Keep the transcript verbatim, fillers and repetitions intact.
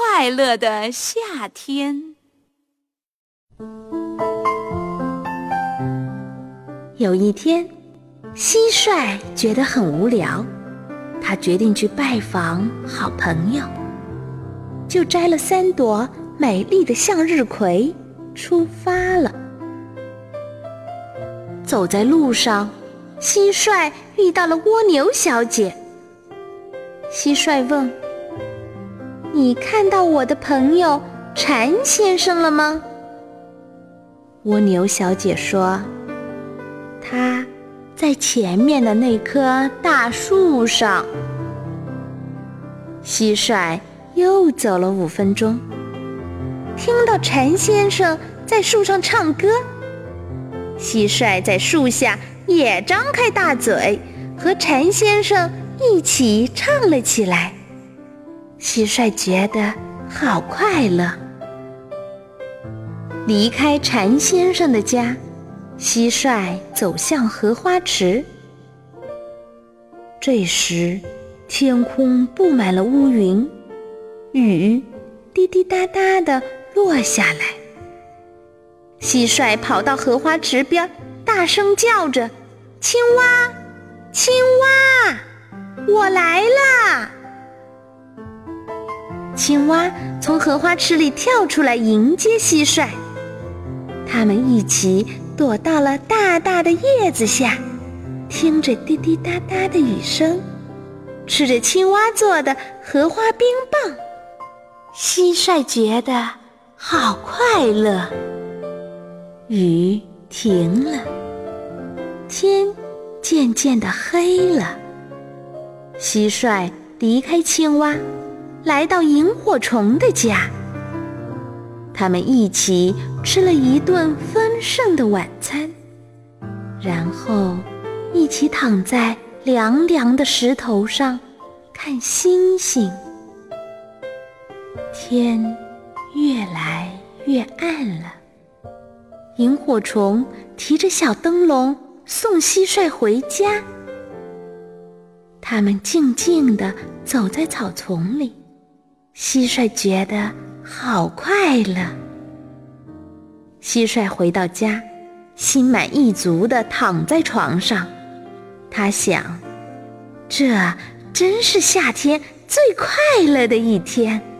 快乐的夏天。 有一天，蟋蟀觉得很无聊，他决定去拜访好朋友，就摘了三朵美丽的向日葵，出发了。走在路上，蟋蟀遇到了蜗牛小姐。蟋蟀问：你看到我的朋友蝉先生了吗？蜗牛小姐说：他在前面的那棵大树上。蟋蟀又走了五分钟，听到蝉先生在树上唱歌，蟋蟀在树下也张开大嘴，和蝉先生一起唱了起来。蟋蟀觉得好快乐。离开蝉先生的家，蟋蟀走向荷花池。这时，天空布满了乌云，雨滴滴答答地落下来。蟋蟀跑到荷花池边，大声叫着：青蛙，青蛙，我来啦！青蛙从荷花池里跳出来迎接蟋蟀，它们一起躲到了大大的叶子下，听着滴滴答答的雨声，吃着青蛙做的荷花冰棒。蟋蟀觉得好快乐。雨停了，天渐渐地黑了。蟋蟀离开青蛙，来到萤火虫的家。他们一起吃了一顿丰盛的晚餐，然后一起躺在凉凉的石头上看星星。天越来越暗了，萤火虫提着小灯笼送蟋蟀回家。他们静静地走在草丛里，蟋蟀觉得好快乐。蟋蟀回到家，心满意足地躺在床上。他想，这真是夏天最快乐的一天。